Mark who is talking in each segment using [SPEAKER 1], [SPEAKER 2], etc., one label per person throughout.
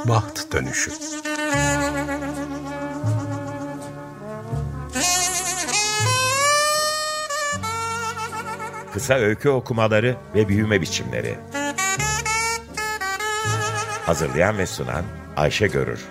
[SPEAKER 1] Baht Dönüşü.
[SPEAKER 2] Kısa öykü okumaları ve büyüme biçimleri. Hazırlayan ve sunan Ayşe Görür.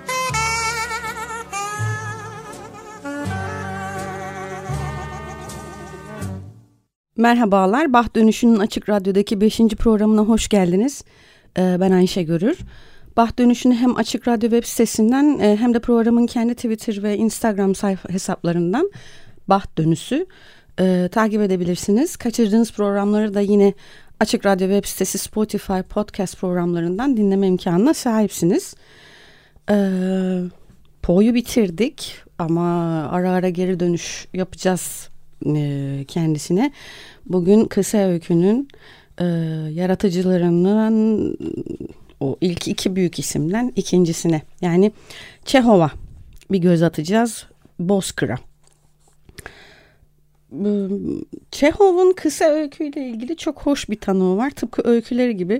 [SPEAKER 3] Merhabalar, Baht Dönüşü'nün Açık Radyo'daki 5. programına hoş geldiniz. Ben Ayşe Görür. Baht Dönüşü'nü hem Açık Radyo web sitesinden hem de programın kendi Twitter ve Instagram sayfa hesaplarından Baht Dönüşü takip edebilirsiniz. Kaçırdığınız programları da yine Açık Radyo web sitesi, Spotify podcast programlarından dinleme imkanına sahipsiniz. Po'yu bitirdik ama ara ara geri dönüş yapacağız kendisine. Bugün kısa öykünün yaratıcılarından o ilk iki büyük isimden ikincisine, yani Çehov'a bir göz atacağız. Bozkır'a. Çehov'un kısa öyküyle ilgili çok hoş bir tanımı var. Tıpkı öyküleri gibi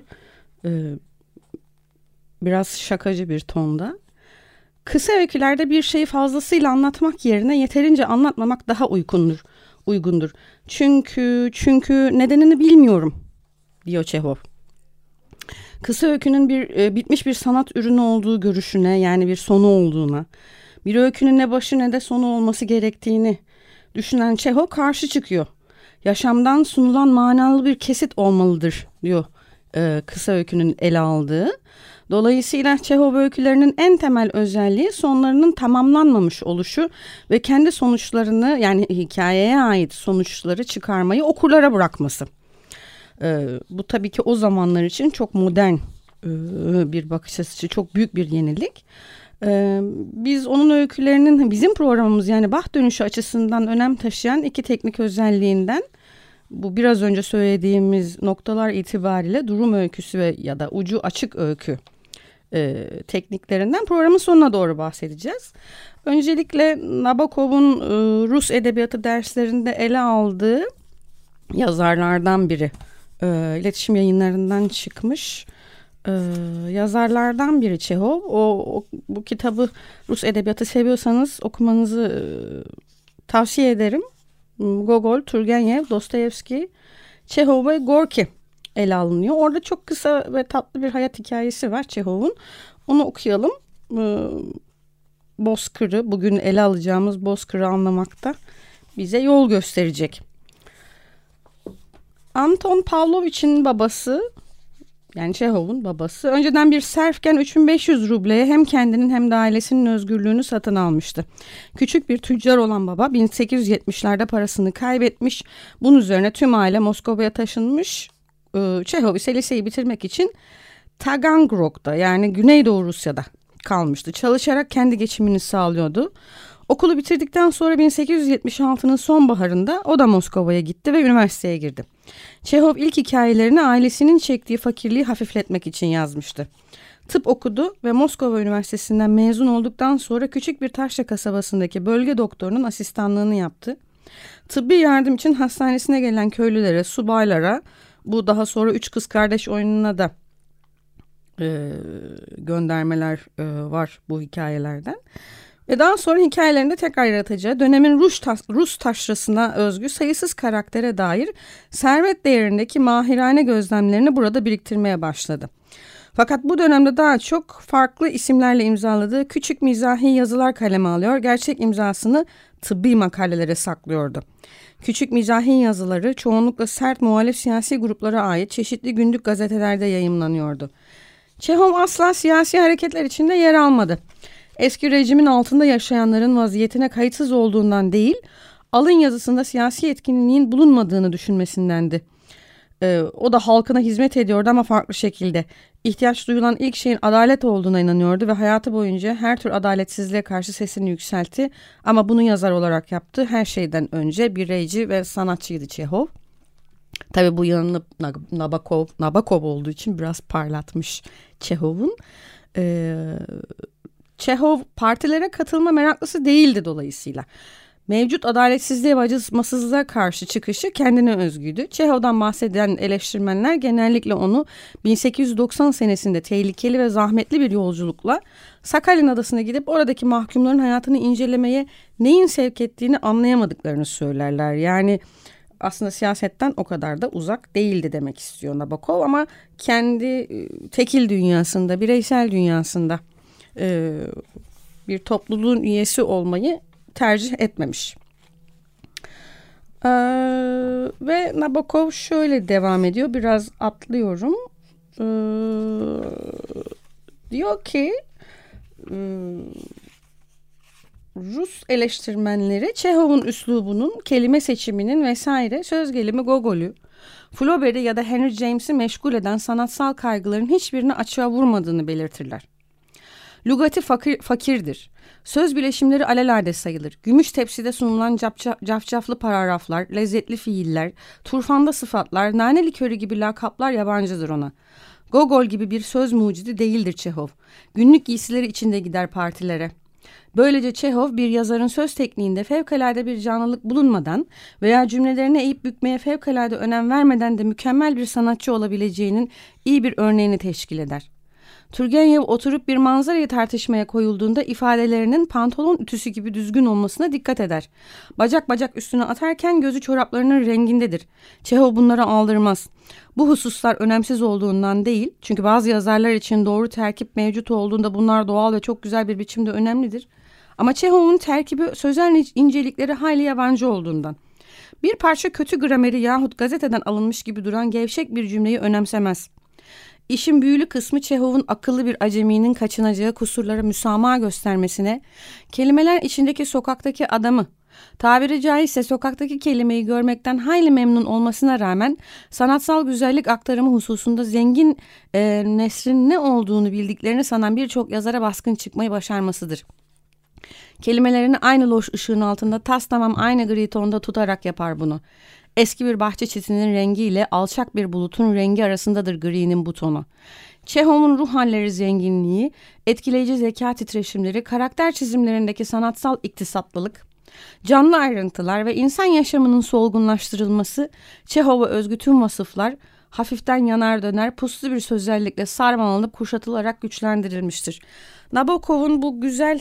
[SPEAKER 3] biraz şakacı bir tonda. Kısa öykülerde bir şeyi fazlasıyla anlatmak yerine yeterince anlatmamak daha uygundur. Çünkü nedenini bilmiyorum, diyor Çehov. Kısa öykünün bitmiş bir sanat ürünü olduğu görüşüne, yani bir sonu olduğuna, bir öykünün ne başı ne de sonu olması gerektiğini düşünen Çehov karşı çıkıyor. Yaşamdan sunulan manalı bir kesit olmalıdır, diyor kısa öykünün ele aldığı. Dolayısıyla Çehov öykülerinin en temel özelliği sonlarının tamamlanmamış oluşu ve kendi sonuçlarını, yani hikayeye ait sonuçları çıkarmayı okurlara bırakması. Bu tabii ki o zamanlar için çok modern bir bakış açısı, çok büyük bir yenilik. Biz onun öykülerinin, bizim programımız yani Baht Dönüşü açısından önem taşıyan iki teknik özelliğinden, bu biraz önce söylediğimiz noktalar itibariyle durum öyküsü ve ya da ucu açık öykü tekniklerinden programın sonuna doğru bahsedeceğiz. Öncelikle Nabokov'un Rus edebiyatı derslerinde ele aldığı yazarlardan biri, iletişim yayınlarından çıkmış yazarlardan biri Çehov. Bu kitabı, Rus edebiyatı seviyorsanız okumanızı tavsiye ederim. Gogol, Turgenev, Dostoyevski, Çehov ve Gorki ele alınıyor. Orada çok kısa ve tatlı bir hayat hikayesi var Çehov'un. Onu okuyalım. Bozkır'ı, bugün ele alacağımız Bozkır'ı anlamakta bize yol gösterecek. Anton Pavlovich'in babası, yani Çehov'un babası, önceden bir serfken 3500 rubleye hem kendinin hem de ailesinin özgürlüğünü satın almıştı. Küçük bir tüccar olan baba 1870'lerde parasını kaybetmiş. Bunun üzerine tüm aile Moskova'ya taşınmış. Çehov ise liseyi bitirmek için Taganrog'da, yani Güneydoğu Rusya'da kalmıştı. Çalışarak kendi geçimini sağlıyordu. Okulu bitirdikten sonra 1876'nın sonbaharında o da Moskova'ya gitti ve üniversiteye girdi. Çehov ilk hikayelerini ailesinin çektiği fakirliği hafifletmek için yazmıştı. Tıp okudu ve Moskova Üniversitesi'nden mezun olduktan sonra küçük bir taşra kasabasındaki bölge doktorunun asistanlığını yaptı. Tıbbi yardım için hastanesine gelen köylülere, subaylara, bu daha sonra Üç Kız Kardeş oyununa da göndermeler var bu hikayelerden. Ve daha sonra hikayelerinde tekrar yaratacağı dönemin Rus taşrasına özgü sayısız karaktere dair servet değerindeki mahirane gözlemlerini burada biriktirmeye başladı. Fakat bu dönemde daha çok farklı isimlerle imzaladığı küçük mizahi yazılar kaleme alıyor, gerçek imzasını tıbbi makalelere saklıyordu. Küçük mizahi yazıları çoğunlukla sert muhalif siyasi gruplara ait çeşitli günlük gazetelerde yayımlanıyordu. Çehov asla siyasi hareketler içinde yer almadı. Eski rejimin altında yaşayanların vaziyetine kayıtsız olduğundan değil, alın yazısında siyasi etkinliğin bulunmadığını düşünmesindendi. O da halkına hizmet ediyordu ama farklı şekilde. İhtiyaç duyulan ilk şeyin adalet olduğuna inanıyordu ve hayatı boyunca her tür adaletsizliğe karşı sesini yükseltti. Ama bunu yazar olarak yaptı. Her şeyden önce bireyci ve sanatçıydı Çehov. Tabii bu yanılıp Nabokov olduğu için biraz parlatmış Çehov'un. Çehov partilere katılma meraklısı değildi dolayısıyla. Mevcut adaletsizliğe ve acımasızlığa karşı çıkışı kendine özgüydü. Çehov'dan bahseden eleştirmenler genellikle onu 1890 senesinde tehlikeli ve zahmetli bir yolculukla Sakhalin Adası'na gidip oradaki mahkumların hayatını incelemeye neyin sevk ettiğini anlayamadıklarını söylerler. Yani aslında siyasetten o kadar da uzak değildi demek istiyor Nabokov, ama kendi tekil dünyasında, bireysel dünyasında bir topluluğun üyesi olmayı tercih etmemiş. Ve Nabokov şöyle devam ediyor. Biraz atlıyorum. Diyor ki Rus eleştirmenleri Çehov'un üslubunun, kelime seçiminin vesaire söz gelimi Gogol'ü, Flaubert'i ya da Henry James'i meşgul eden sanatsal kaygıların hiçbirini açığa vurmadığını belirtirler. Lügati fakirdir. Söz bileşimleri alelade sayılır. Gümüş tepside sunulan cafcaflı paragraflar, lezzetli fiiller, turfanda sıfatlar, nane likörü gibi lakaplar yabancıdır ona. Gogol gibi bir söz mucidi değildir Çehov. Günlük giysileri içinde gider partilere. Böylece Çehov bir yazarın söz tekniğinde fevkalade bir canlılık bulunmadan veya cümlelerine eğip bükmeye fevkalade önem vermeden de mükemmel bir sanatçı olabileceğinin iyi bir örneğini teşkil eder. Turgenev oturup bir manzarayı tartışmaya koyulduğunda ifadelerinin pantolon ütüsü gibi düzgün olmasına dikkat eder. Bacak bacak üstüne atarken gözü çoraplarının rengindedir. Çehov bunlara aldırmaz. Bu hususlar önemsiz olduğundan değil, çünkü bazı yazarlar için doğru terkip mevcut olduğunda bunlar doğal ve çok güzel bir biçimde önemlidir. Ama Çehov'un terkibi sözel incelikleri hayli yabancı olduğundan. Bir parça kötü grameri yahut gazeteden alınmış gibi duran gevşek bir cümleyi önemsemez. İşin büyülü kısmı Çehov'un akıllı bir aceminin kaçınacağı kusurlara müsamaha göstermesine, kelimeler içindeki sokaktaki adamı, tabiri caizse sokaktaki kelimeyi görmekten hayli memnun olmasına rağmen sanatsal güzellik aktarımı hususunda zengin nesrin ne olduğunu bildiklerini sanan birçok yazara baskın çıkmayı başarmasıdır. Kelimelerini aynı loş ışığın altında tastamam aynı gri tonda tutarak yapar bunu. Eski bir bahçe çitinin rengiyle alçak bir bulutun rengi arasındadır gri'nin bu tonu. Çehov'un ruh halleri zenginliği, etkileyici zeka titreşimleri, karakter çizimlerindeki sanatsal iktisatlılık, canlı ayrıntılar ve insan yaşamının solgunlaştırılması, Çehov'a özgü tüm vasıflar, hafiften yanar döner, puslu bir sözellikle sarmalanıp kuşatılarak güçlendirilmiştir. Nabokov'un bu güzel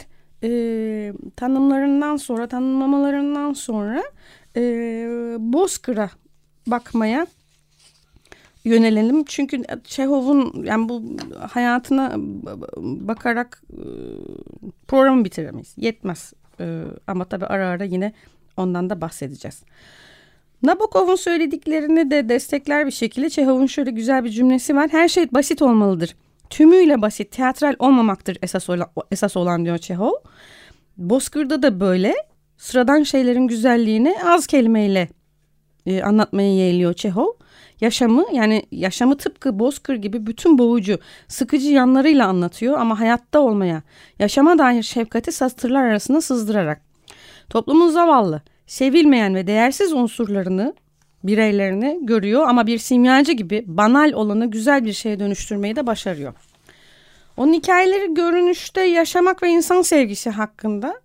[SPEAKER 3] tanımlamalarından sonra Bozkır'a bakmaya yönelelim. Çünkü Çehov'un yani bu hayatına bakarak programı bitiremeyiz. Yetmez. Ama tabii ara ara yine ondan da bahsedeceğiz. Nabokov'un söylediklerini de destekler bir şekilde Çehov'un şöyle güzel bir cümlesi var. Her şey basit olmalıdır. Tümüyle basit, teatral olmamaktır esas olan diyor Çehov. Bozkır'da da böyle. Sıradan şeylerin güzelliğini az kelimeyle anlatmayı yeğliyor Çehov. Yaşamı tıpkı Bozkır gibi bütün boğucu, sıkıcı yanlarıyla anlatıyor ama hayatta olmaya, yaşama dair şefkati satırlar arasında sızdırarak. Toplumun zavallı, sevilmeyen ve değersiz unsurlarını, bireylerini görüyor ama bir simyacı gibi banal olanı güzel bir şeye dönüştürmeyi de başarıyor. Onun hikayeleri görünüşte yaşamak ve insan sevgisi hakkında,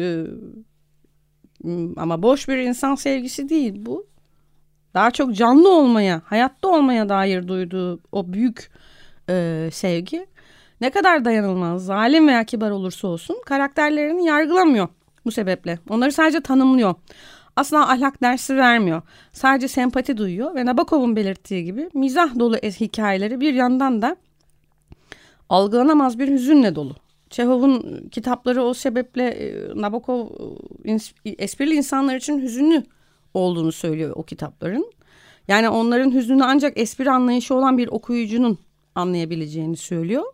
[SPEAKER 3] ama boş bir insan sevgisi değil bu. Daha çok canlı olmaya, hayatta olmaya dair duyduğu o büyük sevgi. Ne kadar dayanılmaz, zalim veya kibar olursa olsun karakterlerini yargılamıyor bu sebeple. Onları sadece tanımlıyor. Asla ahlak dersi vermiyor. Sadece sempati duyuyor ve Nabokov'un belirttiği gibi mizah dolu hikayeleri bir yandan da algılanamaz bir hüzünle dolu. Çehov'un kitapları o sebeple Nabokov esprili insanlar için hüzünlü olduğunu söylüyor o kitapların. Yani onların hüznünü ancak espri anlayışı olan bir okuyucunun anlayabileceğini söylüyor.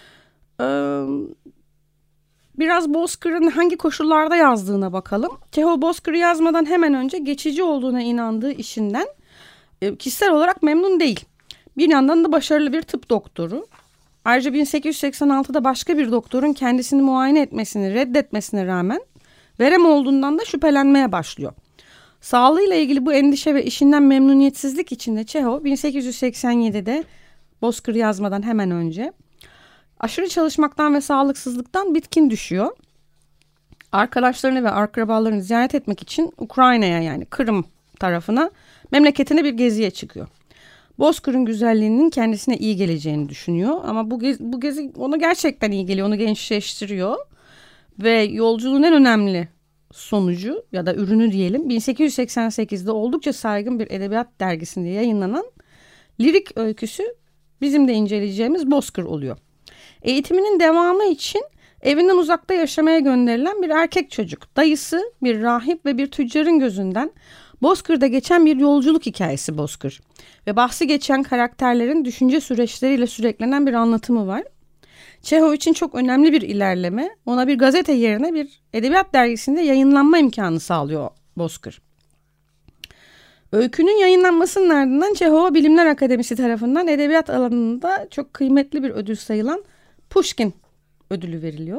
[SPEAKER 3] Biraz Bozkır'ın hangi koşullarda yazdığına bakalım. Çehov Bozkır'ı yazmadan hemen önce geçici olduğuna inandığı işinden kişisel olarak memnun değil. Bir yandan da başarılı bir tıp doktoru. Ayrıca 1886'da başka bir doktorun kendisini muayene etmesini reddetmesine rağmen verem olduğundan da şüphelenmeye başlıyor. Sağlığıyla ilgili bu endişe ve işinden memnuniyetsizlik içinde Çehov 1887'de Bozkır yazmadan hemen önce aşırı çalışmaktan ve sağlıksızlıktan bitkin düşüyor. arkadaşlarını ve akrabalarını ziyaret etmek için Ukrayna'ya, yani Kırım tarafına, memleketine bir geziye çıkıyor. Bozkır'ın güzelliğinin kendisine iyi geleceğini düşünüyor ama bu gezi ona gerçekten iyi geliyor, onu gençleştiriyor ve yolculuğun en önemli sonucu ya da ürünü diyelim, 1888'de oldukça saygın bir edebiyat dergisinde yayınlanan lirik öyküsü, bizim de inceleyeceğimiz Bozkır oluyor. Eğitiminin devamı için evinden uzakta yaşamaya gönderilen bir erkek çocuk, dayısı bir rahip ve bir tüccarın gözünden Bozkır'da geçen bir yolculuk hikayesi Bozkır. Ve bahsi geçen karakterlerin düşünce süreçleriyle süreklenen bir anlatımı var. Çehov için çok önemli bir ilerleme. Ona bir gazete yerine bir edebiyat dergisinde yayınlanma imkanı sağlıyor Bozkır. Öykünün yayınlanmasının ardından Çehov'a Bilimler Akademisi tarafından edebiyat alanında çok kıymetli bir ödül sayılan Pushkin ödülü veriliyor.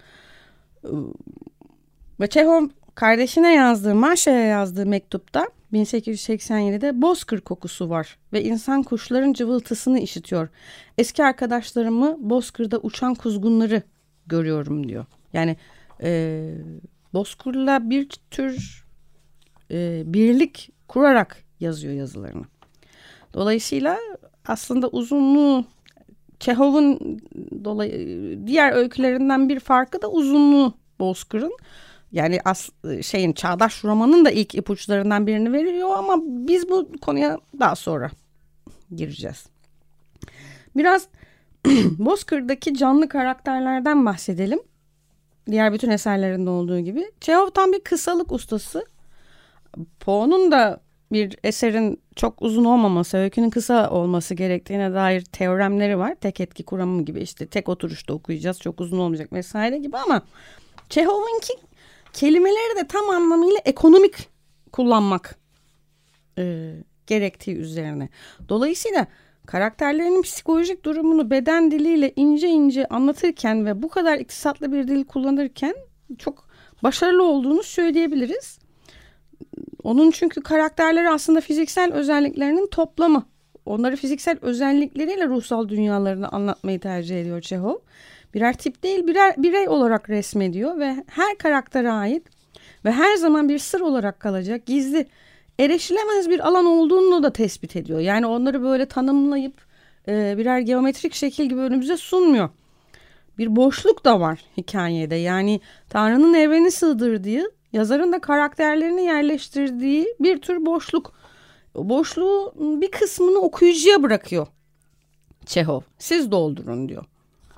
[SPEAKER 3] Ve Çehov kardeşine yazdığı, Maşa'ya yazdığı mektupta 1887'de Bozkır kokusu var ve insan kuşların cıvıltısını işitiyor. Eski arkadaşlarımı Bozkır'da uçan kuzgunları görüyorum diyor. Yani Bozkır'la bir tür birlik kurarak yazıyor yazılarını. Dolayısıyla aslında uzunluğu, Çehov'un diğer öykülerinden bir farkı da uzunluğu Bozkır'ın. Yani çağdaş romanın da ilk ipuçlarından birini veriyor ama biz bu konuya daha sonra gireceğiz. Biraz Bozkır'daki canlı karakterlerden bahsedelim. Diğer bütün eserlerinde olduğu gibi. Çehov tam bir kısalık ustası. Poe'nun da bir eserin çok uzun olmaması, öykünün kısa olması gerektiğine dair teoremleri var. Tek etki kuramı gibi, işte tek oturuşta okuyacağız, çok uzun olmayacak vesaire gibi, ama Çehov'unki kelimeleri de tam anlamıyla ekonomik kullanmak gerektiği üzerine. Dolayısıyla karakterlerinin psikolojik durumunu beden diliyle ince ince anlatırken ve bu kadar iktisatlı bir dil kullanırken çok başarılı olduğunu söyleyebiliriz. Onun çünkü karakterleri aslında fiziksel özelliklerinin toplamı. Onları fiziksel özellikleriyle ruhsal dünyalarını anlatmayı tercih ediyor Çehov. Birer tip değil, birer birey olarak resmediyor ve her karaktere ait ve her zaman bir sır olarak kalacak, gizli, erişilemez bir alan olduğunu da tespit ediyor. Yani onları böyle tanımlayıp birer geometrik şekil gibi önümüze sunmuyor. Bir boşluk da var hikayede. Yani Tanrı'nın evreni sığdırdığı, yazarın da karakterlerini yerleştirdiği bir tür boşluk. O boşluğu bir kısmını okuyucuya bırakıyor Çehov. Siz doldurun diyor.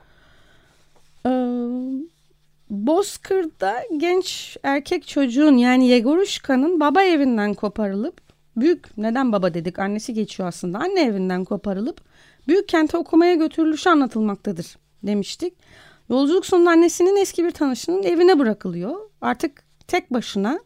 [SPEAKER 3] Bozkır'da genç erkek çocuğun, yani Yegoruşka'nın baba evinden koparılıp, neden baba dedik, annesi geçiyor aslında, anne evinden koparılıp büyük kente okumaya götürülüşü anlatılmaktadır demiştik. Yolculuk sonunda annesinin eski bir tanışının evine bırakılıyor. Artık tek başına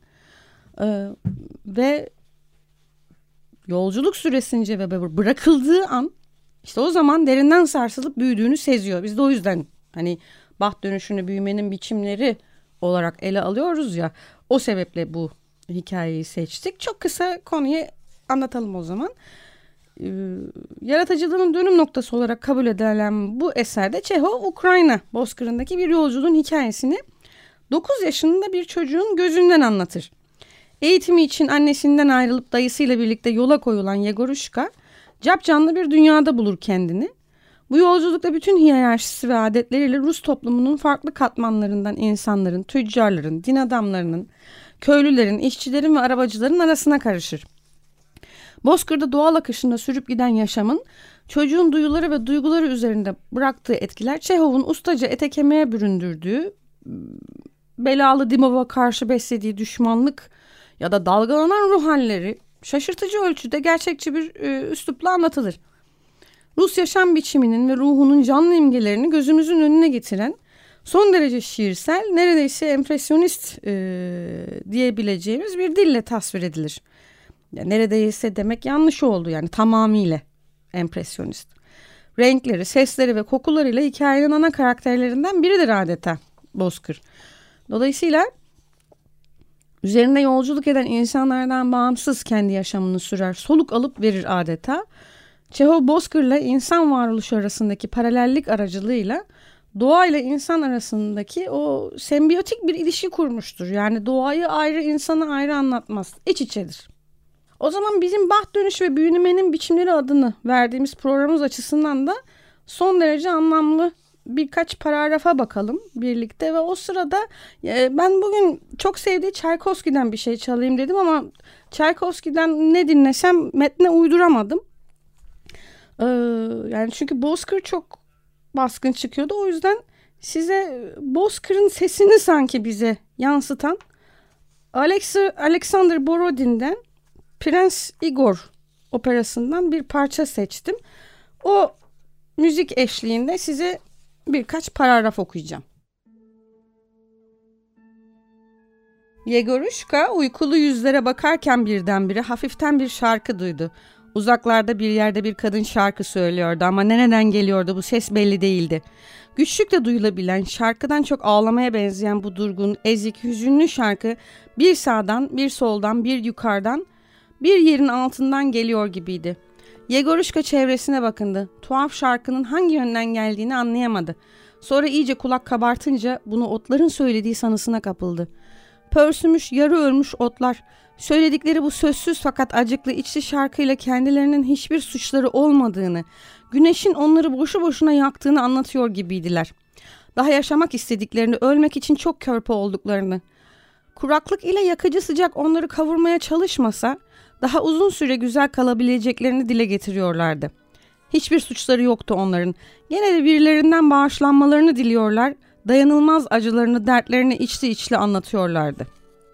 [SPEAKER 3] ve yolculuk süresince ve bırakıldığı an, işte o zaman derinden sarsılıp büyüdüğünü seziyor. Biz de o yüzden hani baht dönüşünü büyümenin biçimleri olarak ele alıyoruz ya, o sebeple bu hikayeyi seçtik. Çok kısa konuyu anlatalım o zaman. Yaratıcılığın dönüm noktası olarak kabul edilen bu eserde Çehov, Ukrayna bozkırındaki bir yolculuğun hikayesini 9 yaşında bir çocuğun gözünden anlatır. Eğitimi için annesinden ayrılıp dayısıyla birlikte yola koyulan Yegoruşka, capcanlı bir dünyada bulur kendini. Bu yolculukta bütün hiyerarşisi ve adetleriyle Rus toplumunun farklı katmanlarından insanların, tüccarların, din adamlarının, köylülerin, işçilerin ve arabacıların arasına karışır. Bozkır'da doğal akışında sürüp giden yaşamın çocuğun duyuları ve duyguları üzerinde bıraktığı etkiler, Çehov'un ustaca ete kemiğe büründürdüğü, belalı Dimov'a karşı beslediği düşmanlık ya da dalgalanan ruh halleri şaşırtıcı ölçüde gerçekçi bir üslupla anlatılır. Rus yaşam biçiminin ve ruhunun canlı imgelerini gözümüzün önüne getiren son derece şiirsel, neredeyse empresyonist diyebileceğimiz bir dille tasvir edilir. Ya neredeyse demek yanlış oldu, yani tamamıyla empresyonist. Renkleri, sesleri ve kokularıyla hikayenin ana karakterlerinden biridir adeta Bozkır. Dolayısıyla üzerinde yolculuk eden insanlardan bağımsız kendi yaşamını sürer, soluk alıp verir adeta. Çehov, Bozkır'la insan varoluşu arasındaki paralellik aracılığıyla doğayla insan arasındaki o sembiyotik bir ilişki kurmuştur. Yani doğayı ayrı, insanı ayrı anlatmaz. İç içedir. O zaman bizim Baht Dönüş ve Büyümenin Biçimleri adını verdiğimiz programımız açısından da son derece anlamlı birkaç paragrafa bakalım birlikte. Ve o sırada ben bugün çok sevdiği Çaykovski'den bir şey çalayım dedim ama Çaykovski'den ne dinlesem metne uyduramadım. Yani çünkü Bozkır çok baskın çıkıyordu. O yüzden size Bozkır'ın sesini sanki bize yansıtan Alexander Borodin'den Prens Igor operasından bir parça seçtim. O müzik eşliğinde size birkaç paragraf okuyacağım. Yegoruşka uykulu yüzlere bakarken birdenbire hafiften bir şarkı duydu. Uzaklarda bir yerde bir kadın şarkı söylüyordu ama nereden geliyordu bu ses belli değildi. Güçlükle duyulabilen, şarkıdan çok ağlamaya benzeyen bu durgun, ezik, hüzünlü şarkı bir sağdan, bir soldan, bir yukarıdan, bir yerin altından geliyor gibiydi. Yegoruşka çevresine bakındı. Tuhaf şarkının hangi yönden geldiğini anlayamadı. Sonra iyice kulak kabartınca bunu otların söylediği sanısına kapıldı. Pörsümüş, yarı ölmüş otlar, söyledikleri bu sözsüz fakat acıklı içli şarkıyla kendilerinin hiçbir suçları olmadığını, güneşin onları boşu boşuna yaktığını anlatıyor gibiydiler. Daha yaşamak istediklerini, ölmek için çok körpe olduklarını. Kuraklık ile yakıcı sıcak onları kavurmaya çalışmasa, daha uzun süre güzel kalabileceklerini dile getiriyorlardı. Hiçbir suçları yoktu onların. Gene de birilerinden bağışlanmalarını diliyorlar, dayanılmaz acılarını, dertlerini içli içli anlatıyorlardı.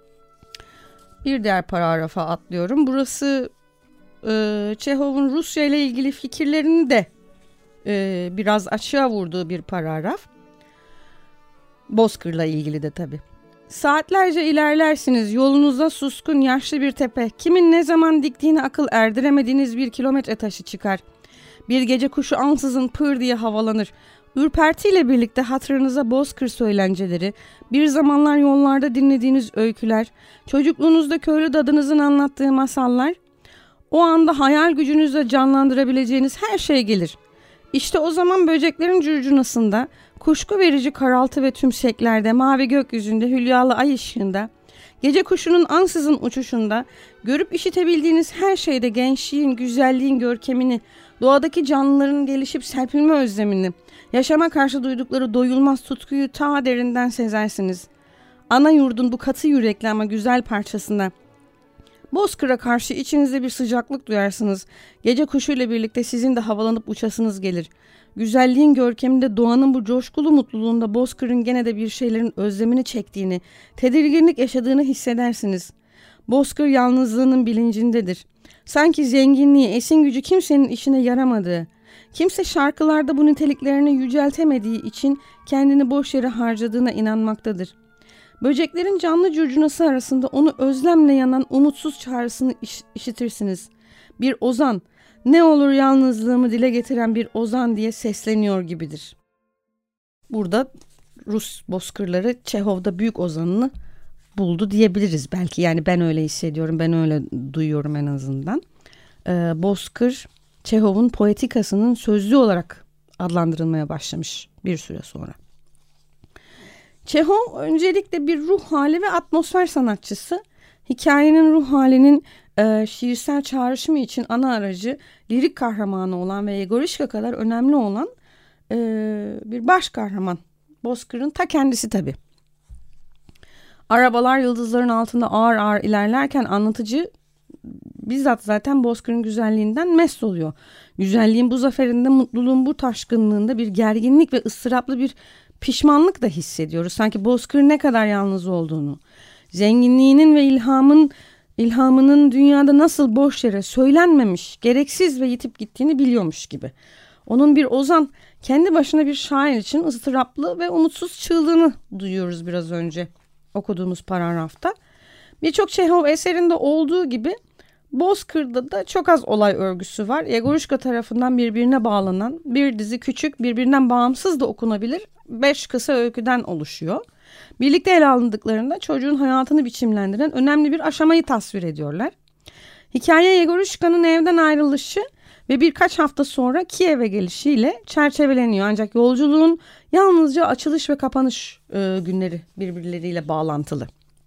[SPEAKER 3] Bir diğer paragrafa atlıyorum. Burası Çehov'un Rusya ile ilgili fikirlerini de biraz açığa vurduğu bir paragraf. Bozkır'la ilgili de tabii. Saatlerce ilerlersiniz, yolunuzda suskun yaşlı bir tepe, kimin ne zaman diktiğini akıl erdiremediğiniz bir kilometre taşı çıkar. Bir gece kuşu ansızın pır diye havalanır. Ürpertiyle birlikte hatırınıza Bozkır söylenceleri, bir zamanlar yollarda dinlediğiniz öyküler, çocukluğunuzda köylü dadınızın anlattığı masallar, o anda hayal gücünüzle canlandırabileceğiniz her şey gelir. İşte o zaman böceklerin curcunasında, kuşku verici karaltı ve tümseklerde, mavi gökyüzünde, hülyalı ay ışığında, gece kuşunun ansızın uçuşunda, görüp işitebildiğiniz her şeyde gençliğin, güzelliğin görkemini, doğadaki canlıların gelişip serpilme özlemini, yaşama karşı duydukları doyulmaz tutkuyu ta derinden sezersiniz. Ana yurdun bu katı yürekli ama güzel parçasına, Bozkır'a karşı içinizde bir sıcaklık duyarsınız. Gece kuşuyla birlikte sizin de havalanıp uçasınız gelir. Güzelliğin görkeminde, doğanın bu coşkulu mutluluğunda Bozkır'ın gene de bir şeylerin özlemini çektiğini, tedirginlik yaşadığını hissedersiniz. Bozkır yalnızlığının bilincindedir. Sanki zenginliği, esin gücü kimsenin işine yaramadığı, kimse şarkılarda bu niteliklerini yüceltemediği için kendini boş yere harcadığına inanmaktadır. Böceklerin canlı curcunası arasında onu özlemle yanan umutsuz çağrısını işitirsiniz. Bir ozan, ne olur yalnızlığımı dile getiren bir ozan diye sesleniyor gibidir. Burada Rus bozkırları Çehov'da büyük ozanını buldu diyebiliriz belki. Yani ben öyle hissediyorum, ben öyle duyuyorum en azından. Bozkır, Çehov'un poetikasının sözlü olarak adlandırılmaya başlamış bir süre sonra. Çehov öncelikle bir ruh hali ve atmosfer sanatçısı. Hikayenin ruh halinin şiirsel çağrışımı için ana aracı, lirik kahramanı olan ve Yegoruşka kadar önemli olan bir baş kahraman. Bozkır'ın ta kendisi tabii. Arabalar yıldızların altında ağır ağır ilerlerken anlatıcı bizzat zaten Bozkır'ın güzelliğinden mest oluyor. Güzelliğin bu zaferinde, mutluluğun bu taşkınlığında bir gerginlik ve ıstıraplı bir pişmanlık da hissediyoruz. Sanki Bozkır ne kadar yalnız olduğunu, zenginliğinin ve ilhamının dünyada nasıl boş yere söylenmemiş, gereksiz ve yitip gittiğini biliyormuş gibi. Onun bir ozan, kendi başına bir şair için ıstıraplı ve umutsuz çığlığını duyuyoruz biraz önce okuduğumuz paragrafta. Birçok Çehov eserinde olduğu gibi Bozkır'da da çok az olay örgüsü var. Yegoruşka tarafından birbirine bağlanan bir dizi küçük, birbirinden bağımsız da okunabilir 5 kısa öyküden oluşuyor. Birlikte ele alındıklarında çocuğun hayatını biçimlendiren önemli bir aşamayı tasvir ediyorlar. Hikaye Yegoruşka'nın evden ayrılışı ve birkaç hafta sonra Kiev'e gelişiyle çerçeveleniyor. Ancak yolculuğun yalnızca açılış ve kapanış günleri birbirleriyle bağlantılı.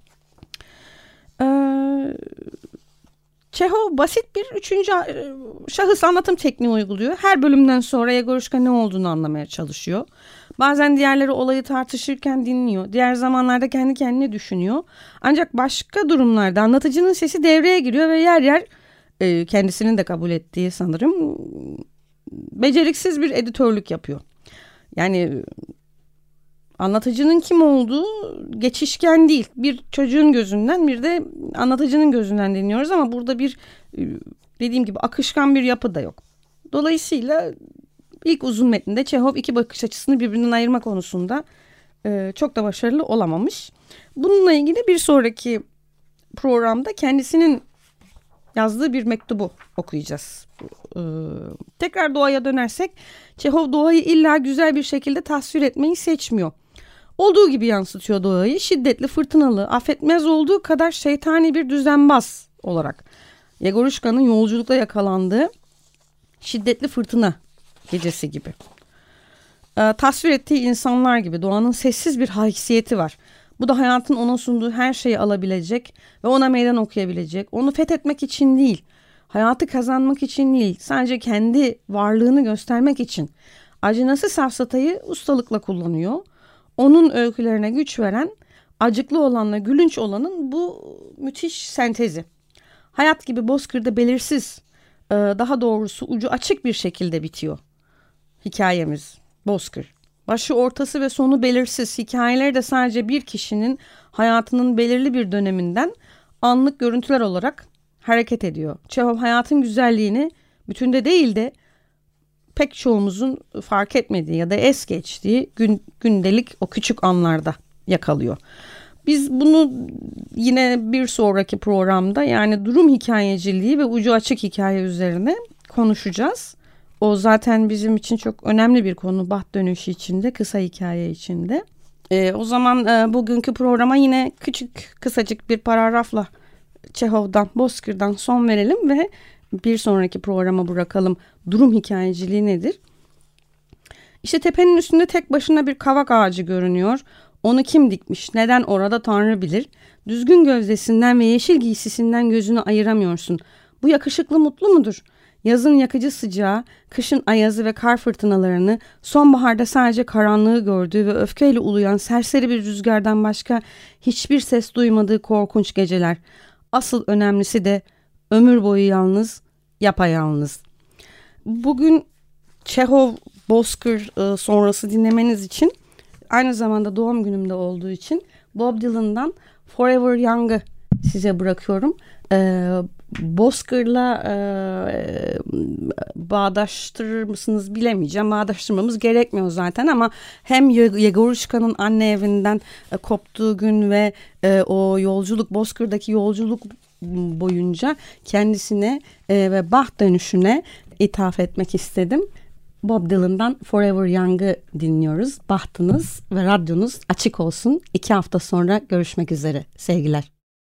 [SPEAKER 3] Çehov basit bir üçüncü şahıs anlatım tekniği uyguluyor. Her bölümden sonra Yegoruşka ne olduğunu anlamaya çalışıyor. Bazen diğerleri olayı tartışırken dinliyor. Diğer zamanlarda kendi kendine düşünüyor. Ancak başka durumlarda anlatıcının sesi devreye giriyor ve yer yer kendisinin de kabul ettiği sanırım beceriksiz bir editörlük yapıyor. Yani anlatıcının kim olduğu geçişken değil. Bir çocuğun gözünden bir de anlatıcının gözünden dinliyoruz ama burada bir dediğim gibi akışkan bir yapı da yok. Dolayısıyla ilk uzun metninde Çehov iki bakış açısını birbirinden ayırma konusunda çok da başarılı olamamış. Bununla ilgili bir sonraki programda kendisinin yazdığı bir mektubu okuyacağız. Tekrar doğaya dönersek Çehov doğayı illa güzel bir şekilde tasvir etmeyi seçmiyor. Olduğu gibi yansıtıyor doğayı. Şiddetli, fırtınalı, affetmez olduğu kadar şeytani bir düzenbaz olarak. Yegoruşka'nın yolculukta yakalandığı şiddetli fırtına gecesi gibi. Tasvir ettiği insanlar gibi doğanın sessiz bir haysiyeti var. Bu da hayatın ona sunduğu her şeyi alabilecek ve ona meydan okuyabilecek. Onu fethetmek için değil, hayatı kazanmak için değil, sadece kendi varlığını göstermek için. Acınası safsatayı ustalıkla kullanıyor. Onun öykülerine güç veren, acıklı olanla gülünç olanın bu müthiş sentezi. Hayat gibi Bozkır'da belirsiz, daha doğrusu ucu açık bir şekilde bitiyor hikayemiz Bozkır. Başı, ortası ve sonu belirsiz. Hikayeleri de sadece bir kişinin hayatının belirli bir döneminden anlık görüntüler olarak hareket ediyor. Çehov hayatın güzelliğini bütünde değil de pek çoğumuzun fark etmediği ya da es geçtiği gündelik o küçük anlarda yakalıyor. Biz bunu yine bir sonraki programda, yani durum hikayeciliği ve ucu açık hikaye üzerine konuşacağız. O zaten bizim için çok önemli bir konu, baht dönüşü içinde, kısa hikaye içinde. O zaman bugünkü programa yine kısacık bir paragrafla Çehov'dan, Bozkır'dan son verelim ve bir sonraki programa bırakalım. Durum hikayeciliği nedir? İşte tepenin üstünde tek başına bir kavak ağacı görünüyor. Onu kim dikmiş, neden orada Tanrı bilir. Düzgün gövdesinden ve yeşil giysisinden gözünü ayıramıyorsun. Bu yakışıklı mutlu mudur? Yazın yakıcı sıcağı, kışın ayazı ve kar fırtınalarını, sonbaharda sadece karanlığı gördüğü ve öfkeyle uluyan serseri bir rüzgardan başka hiçbir ses duymadığı korkunç geceler. Asıl önemlisi de ömür boyu yalnız, yapayalnız. Bugün Çehov, Bozkır sonrası dinlemeniz için, aynı zamanda doğum günümde olduğu için Bob Dylan'dan Forever Young'ı size bırakıyorum. Bozkır'la bağdaştırır mısınız bilemeyeceğim. Bağdaştırmamız gerekmiyor zaten ama hem Yegoruşka'nın anne evinden koptuğu gün ve o yolculuk, Bozkır'daki yolculuk boyunca kendisine ve baht dönüşüne ithaf etmek istedim. Bob Dylan'dan Forever Young'ı dinliyoruz. Bahtınız ve radyonuz açık olsun. 2 hafta sonra görüşmek üzere. Sevgiler.